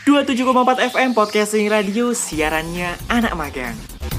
27,4 FM Podcasting Radio, siarannya anak magang.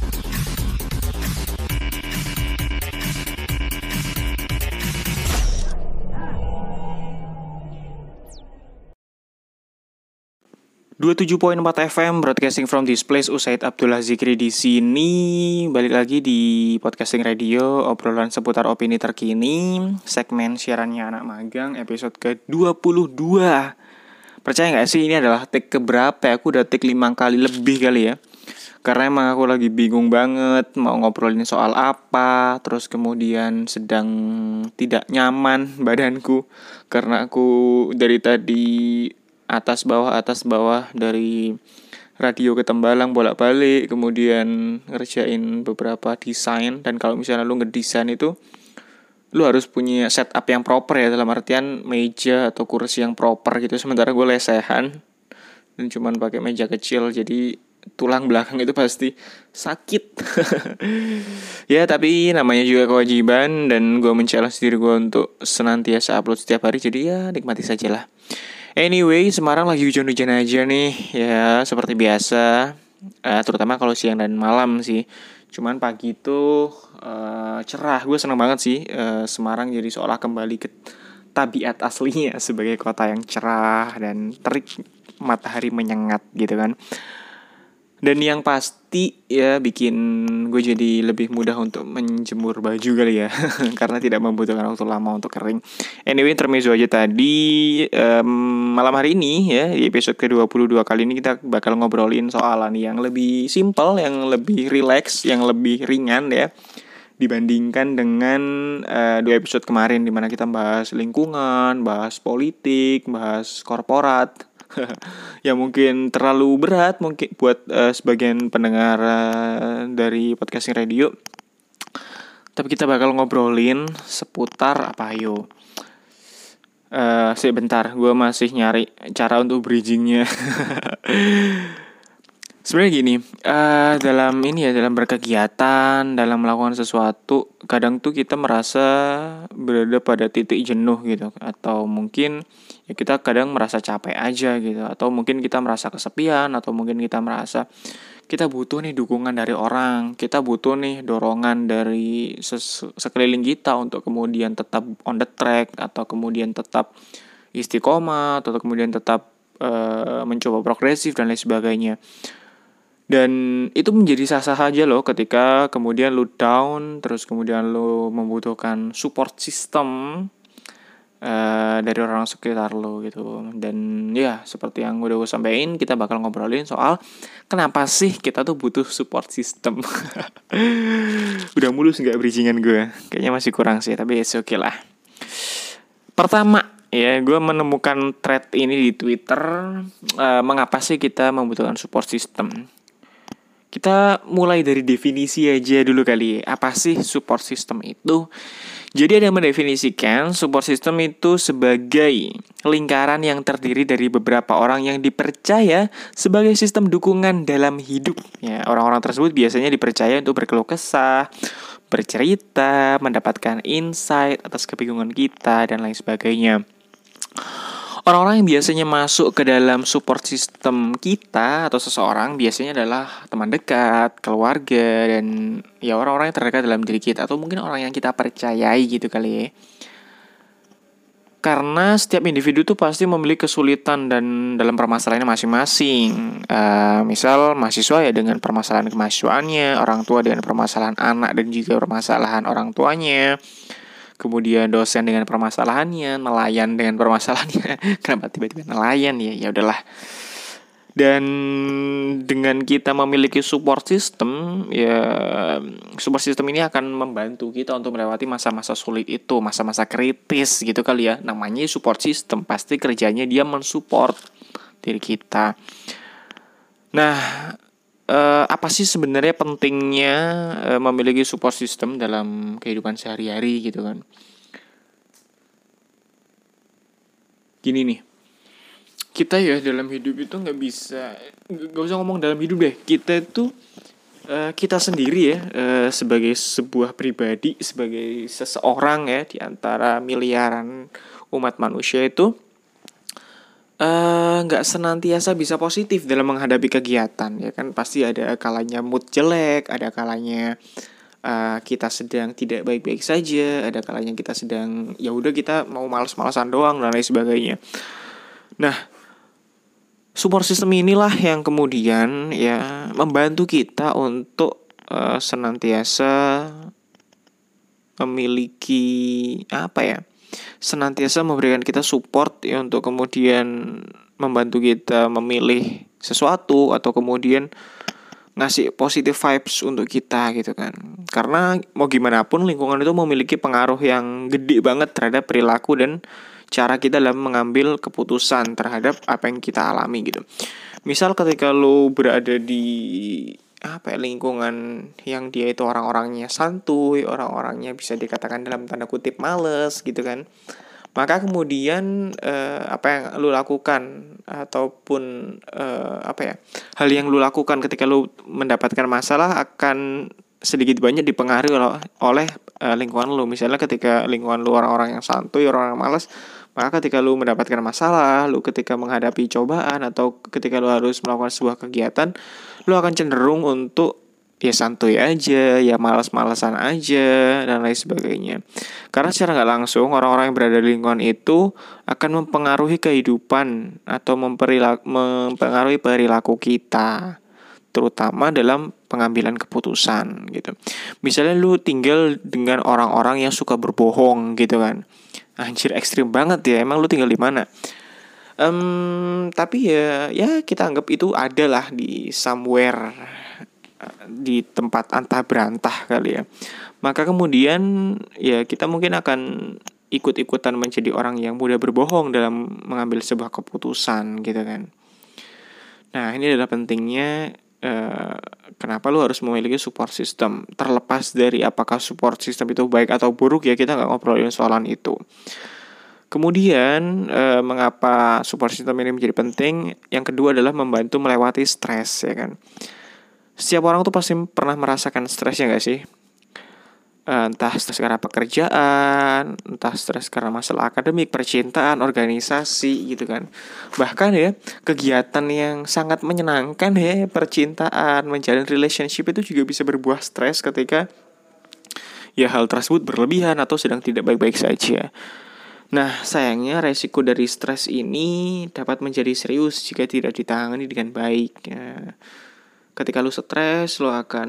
.4 FM Broadcasting from this place. Usaid Abdullah Zikri di sini. Balik lagi di Podcasting Radio, obrolan seputar opini terkini. Segmen siarannya anak magang, episode ke-22. Percaya gak sih ini adalah take keberapa ya? Aku udah take 5 kali lebih kali ya. Karena emang aku lagi bingung banget mau ngobrolin soal apa. Terus kemudian sedang tidak nyaman badanku, karena aku dari tadi atas bawah dari radio ke Tembalang bolak-balik, kemudian ngerjain beberapa desain. Dan kalau misalnya lu ngedesain itu lu harus punya setup yang proper ya, dalam artian meja atau kursi yang proper gitu. Sementara gue lesehan dan cuman pakai meja kecil, jadi tulang belakang itu pasti sakit. Ya tapi namanya juga kewajiban, dan gue men-challenge diri gue untuk senantiasa upload setiap hari. Jadi ya nikmati saja lah. Anyway, Semarang lagi hujan-hujan aja nih, ya seperti biasa, terutama kalau siang dan malam sih. Cuman pagi itu cerah, gue seneng banget sih. Semarang jadi seolah kembali ke tabiat aslinya sebagai kota yang cerah dan terik matahari menyengat gitu kan. Dan yang pasti ya bikin gue jadi lebih mudah untuk menjemur baju kali ya. Karena tidak membutuhkan waktu lama untuk kering. Anyway, intermezzo aja tadi. Malam hari ini ya, di episode ke-22 kali ini kita bakal ngobrolin soalan yang lebih simple, yang lebih relax, yang lebih ringan ya, dibandingkan dengan 2 episode kemarin, dimana kita bahas lingkungan, bahas politik, bahas korporat. Ya mungkin terlalu berat mungkin buat sebagian pendengar dari podcasting radio. Tapi kita bakal ngobrolin seputar apa yo? Sebentar, gue masih nyari cara untuk bridgingnya. Sebenarnya gini, dalam berkegiatan, dalam melakukan sesuatu, kadang tuh kita merasa berada pada titik jenuh gitu, atau mungkin ya kita kadang merasa capek aja gitu, atau mungkin kita merasa kesepian, atau mungkin kita merasa kita butuh nih dukungan dari orang, kita butuh nih dorongan dari sekeliling kita untuk kemudian tetap on the track, atau kemudian tetap istiqomah, atau kemudian tetap mencoba progresif dan lain sebagainya. Dan itu menjadi sah-sah aja loh ketika kemudian lu down, terus kemudian lu membutuhkan support system dari orang sekitar lo gitu. Dan ya seperti yang udah gue sampein, kita bakal ngobrolin soal kenapa sih kita tuh butuh support system. Udah mulus gak bridgingan gue? Kayaknya masih kurang sih, tapi it's okay lah. Pertama ya, gue menemukan thread ini di Twitter. Mengapa sih kita membutuhkan support system? Kita mulai dari definisi aja dulu kali ya. Apa sih support system itu? Jadi ada yang mendefinisikan support system itu sebagai lingkaran yang terdiri dari beberapa orang yang dipercaya sebagai sistem dukungan dalam hidup. Ya, orang-orang tersebut biasanya dipercaya untuk berkeluh kesah, bercerita, mendapatkan insight atas kebingungan kita, dan lain sebagainya. Orang-orang yang biasanya masuk ke dalam support system kita atau seseorang biasanya adalah teman dekat, keluarga, dan ya orang-orang yang terdekat dalam diri kita, atau mungkin orang yang kita percayai gitu kali ya. Karena setiap individu tuh pasti memiliki kesulitan dan dalam permasalahannya masing-masing. Misal mahasiswa ya dengan permasalahan kemahasiswaannya, orang tua dengan permasalahan anak dan juga permasalahan orang tuanya. Kemudian dosen dengan permasalahannya, nelayan dengan permasalahannya. Kenapa tiba-tiba nelayan ya? Ya udahlah. Dan dengan kita memiliki support system, ya support system ini akan membantu kita untuk melewati masa-masa sulit itu, masa-masa kritis gitu kali ya. Namanya support system, pasti kerjanya dia mensupport diri kita. Nah, apa sih sebenarnya pentingnya memiliki support system dalam kehidupan sehari-hari gitu kan? Gini nih, kita ya dalam hidup itu nggak usah ngomong dalam hidup deh. Kita tuh kita sendiri ya, sebagai sebuah pribadi, sebagai seseorang ya di antara miliaran umat manusia itu nggak senantiasa bisa positif dalam menghadapi kegiatan, ya kan. Pasti ada kalanya mood jelek, ada kalanya kita sedang tidak baik-baik saja, ada kalanya kita sedang ya udah kita mau malas-malasan doang dan lain sebagainya. Nah, support system inilah yang kemudian ya membantu kita untuk senantiasa memiliki senantiasa memberikan kita support ya untuk kemudian membantu kita memilih sesuatu atau kemudian ngasih positive vibes untuk kita gitu kan. Karena mau gimana pun lingkungan itu memiliki pengaruh yang gede banget terhadap perilaku dan cara kita dalam mengambil keputusan terhadap apa yang kita alami gitu. Misal ketika lo berada di lingkungan yang dia itu orang-orangnya santuy, orang-orangnya bisa dikatakan dalam tanda kutip males gitu kan. Maka kemudian apa yang lu lakukan ataupun hal yang lu lakukan ketika lu mendapatkan masalah akan sedikit banyak dipengaruhi oleh lingkungan lu. Misalnya ketika lingkungan lu orang-orang yang santuy, orang-orang malas, maka ketika lu mendapatkan masalah, lu ketika menghadapi cobaan atau ketika lu harus melakukan sebuah kegiatan, lu akan cenderung untuk ya santuy aja, ya malas-malasan aja, dan lain sebagainya. Karena secara nggak langsung orang-orang yang berada di lingkungan itu akan mempengaruhi kehidupan atau mempengaruhi perilaku kita, terutama dalam pengambilan keputusan gitu. Misalnya lu tinggal dengan orang-orang yang suka berbohong gitu kan. Anjir, ekstrim banget ya. Emang lu tinggal di mana? Tapi ya kita anggap itu adalah di somewhere, di tempat antah berantah kali ya. Maka kemudian ya kita mungkin akan ikut-ikutan menjadi orang yang mudah berbohong dalam mengambil sebuah keputusan gitu kan. Nah, ini adalah pentingnya kenapa lu harus memiliki support system. Terlepas dari apakah support system itu baik atau buruk, ya kita gak ngobrolin soalan itu. Kemudian mengapa support system ini menjadi penting? Yang kedua adalah membantu melewati stres, ya kan. Setiap orang tuh pasti pernah merasakan stres, ya gak sih? Entah stres karena pekerjaan, entah stres karena masalah akademik, percintaan, organisasi gitu kan. Bahkan ya kegiatan yang sangat menyenangkan ya, percintaan, menjalin relationship itu juga bisa berbuah stres ketika ya hal tersebut berlebihan atau sedang tidak baik-baik saja. Nah, sayangnya resiko dari stres ini dapat menjadi serius jika tidak ditangani dengan baik. Ya, ketika lu stres, lu akan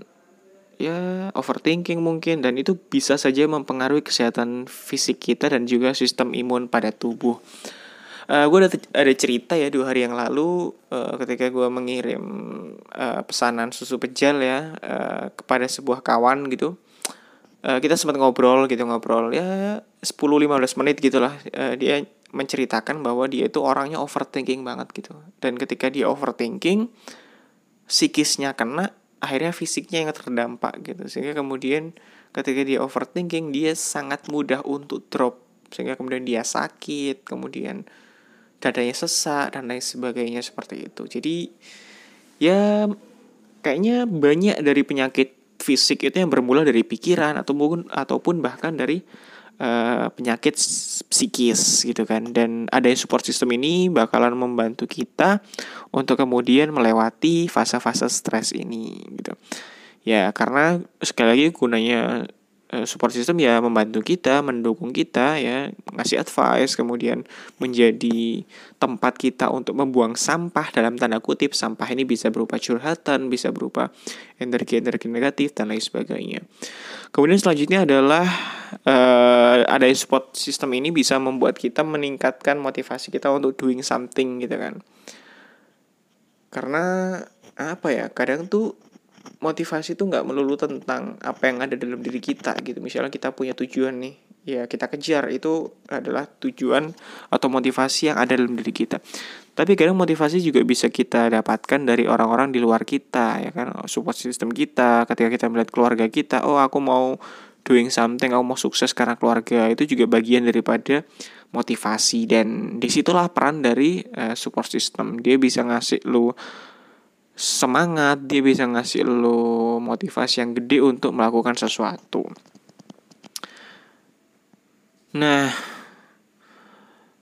overthinking mungkin, dan itu bisa saja mempengaruhi kesehatan fisik kita dan juga sistem imun pada tubuh. Gue ada cerita ya 2 hari yang lalu ketika gue mengirim pesanan susu pejal ya kepada sebuah kawan gitu. Kita sempat ngobrol ya 10-15 menit gitulah. Dia menceritakan bahwa dia itu orangnya overthinking banget gitu. Dan ketika dia overthinking, psikisnya kena, akhirnya fisiknya yang terdampak gitu. Sehingga kemudian ketika dia overthinking, dia sangat mudah untuk drop. Sehingga kemudian dia sakit, kemudian dadanya sesak dan lain sebagainya seperti itu. Jadi ya kayaknya banyak dari penyakit fisik itu yang bermula dari pikiran ataupun bahkan dari penyakit psikis gitu kan. Dan adanya support system ini bakalan membantu kita untuk kemudian melewati fase-fase stres ini gitu. Ya karena sekali lagi gunanya support system ya membantu kita, mendukung kita ya, ngasih advice, kemudian menjadi tempat kita untuk membuang sampah dalam tanda kutip. Sampah ini bisa berupa curhatan, bisa berupa energi-energi negatif dan lain sebagainya. Kemudian selanjutnya adalah ada support system ini bisa membuat kita meningkatkan motivasi kita untuk doing something gitu kan. Karena kadang tuh motivasi itu nggak melulu tentang apa yang ada dalam diri kita gitu. Misalnya kita punya tujuan nih, ya kita kejar, itu adalah tujuan atau motivasi yang ada dalam diri kita. Tapi kadang motivasi juga bisa kita dapatkan dari orang-orang di luar kita, ya kan. Support system kita ketika kita melihat keluarga kita, aku mau doing something, aku mau sukses karena keluarga, itu juga bagian daripada motivasi. Dan disitulah peran dari support system. Dia bisa ngasih lu semangat, dia bisa ngasih lo motivasi yang gede untuk melakukan sesuatu. Nah,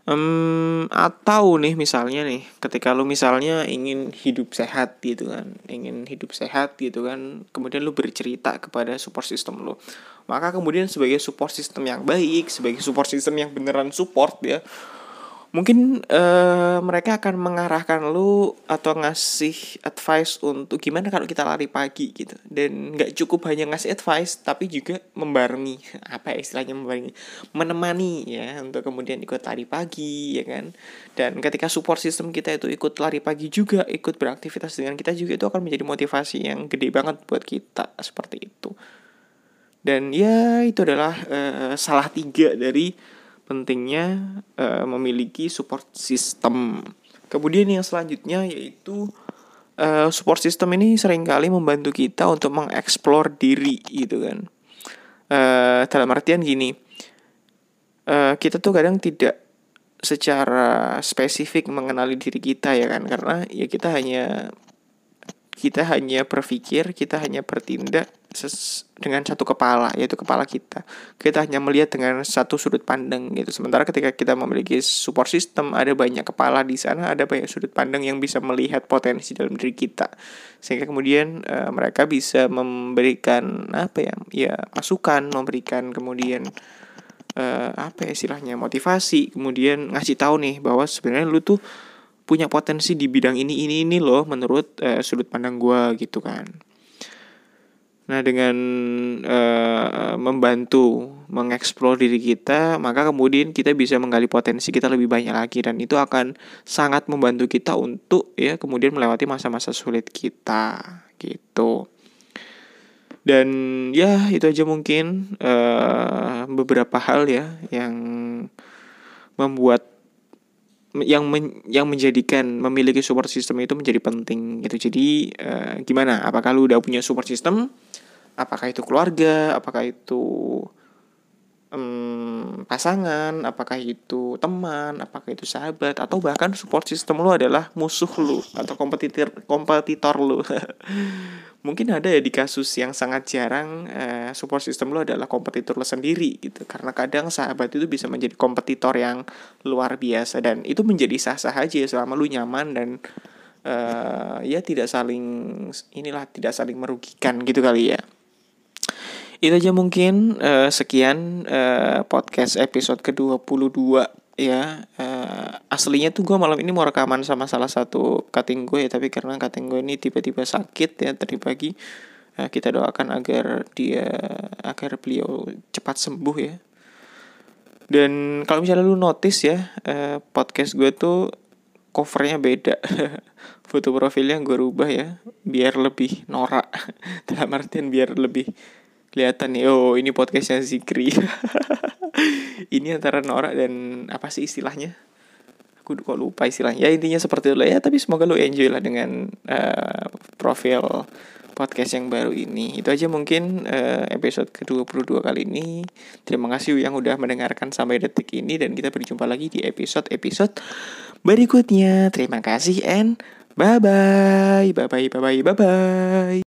Atau nih misalnya nih, ketika lu misalnya ingin hidup sehat gitu kan, kemudian lu bercerita kepada support system lu, maka kemudian sebagai support system yang baik, sebagai support system yang beneran support ya, mungkin mereka akan mengarahkan lu atau ngasih advice untuk gimana kalau kita lari pagi gitu. Dan gak cukup hanya ngasih advice, tapi juga membarengi, apa ya istilahnya membarengi, menemani ya untuk kemudian ikut lari pagi ya kan. Dan ketika support system kita itu ikut lari pagi juga, ikut beraktivitas dengan kita juga, itu akan menjadi motivasi yang gede banget buat kita, seperti itu. Dan ya itu adalah salah 3 dari pentingnya memiliki support system. Kemudian yang selanjutnya yaitu support system ini seringkali membantu kita untuk mengeksplor diri gitu kan. Dalam artian gini, kita tuh kadang tidak secara spesifik mengenali diri kita ya kan, karena ya kita hanya berpikir, kita hanya bertindak dengan satu kepala, yaitu kepala kita. Kita hanya melihat dengan satu sudut pandang gitu. Sementara ketika kita memiliki support system, ada banyak kepala di sana, ada banyak sudut pandang yang bisa melihat potensi dalam diri kita. Sehingga kemudian mereka bisa memberikan masukan, memberikan kemudian istilahnya motivasi, kemudian ngasih tahu nih bahwa sebenarnya lu tuh punya potensi di bidang ini loh menurut sudut pandang gue gitu kan. Nah dengan membantu mengeksplor diri kita, maka kemudian kita bisa menggali potensi kita lebih banyak lagi, dan itu akan sangat membantu kita untuk ya kemudian melewati masa-masa sulit kita gitu. Dan ya itu aja mungkin beberapa hal ya yang membuat yang menjadikan memiliki support system itu menjadi penting gitu. Jadi gimana? Apakah lu udah punya support system? Apakah itu keluarga? Apakah itu pasangan? Apakah itu teman? Apakah itu sahabat? Atau bahkan support system lu adalah musuh lu atau kompetitor lu? Mungkin ada ya di kasus yang sangat jarang support system lu adalah kompetitor lu sendiri gitu. Karena kadang sahabat itu bisa menjadi kompetitor yang luar biasa, dan itu menjadi sah-sah aja selama lu nyaman dan tidak saling merugikan gitu kali ya. Itu aja mungkin sekian podcast episode ke-22 ya. Aslinya tuh gue malam ini mau rekaman sama salah satu cutting gue ya, tapi karena cutting gue ini tiba-tiba sakit ya tadi pagi, kita doakan agar beliau cepat sembuh ya. Dan kalau misalnya lu notice ya, podcast gue tuh covernya beda. Foto profilnya gue rubah ya biar lebih norak. Dalam artian biar lebih kelihatan nih, oh ini podcastnya Zikri. Ini antara norak dan apa sih istilahnya, aku kok lupa istilahnya. Ya intinya seperti itu lah ya. Tapi semoga lu enjoy lah dengan profil podcast yang baru ini. Itu aja mungkin episode ke-22 kali ini. Terima kasih yang udah mendengarkan sampai detik ini, dan kita berjumpa lagi di episode berikutnya. Terima kasih and bye bye.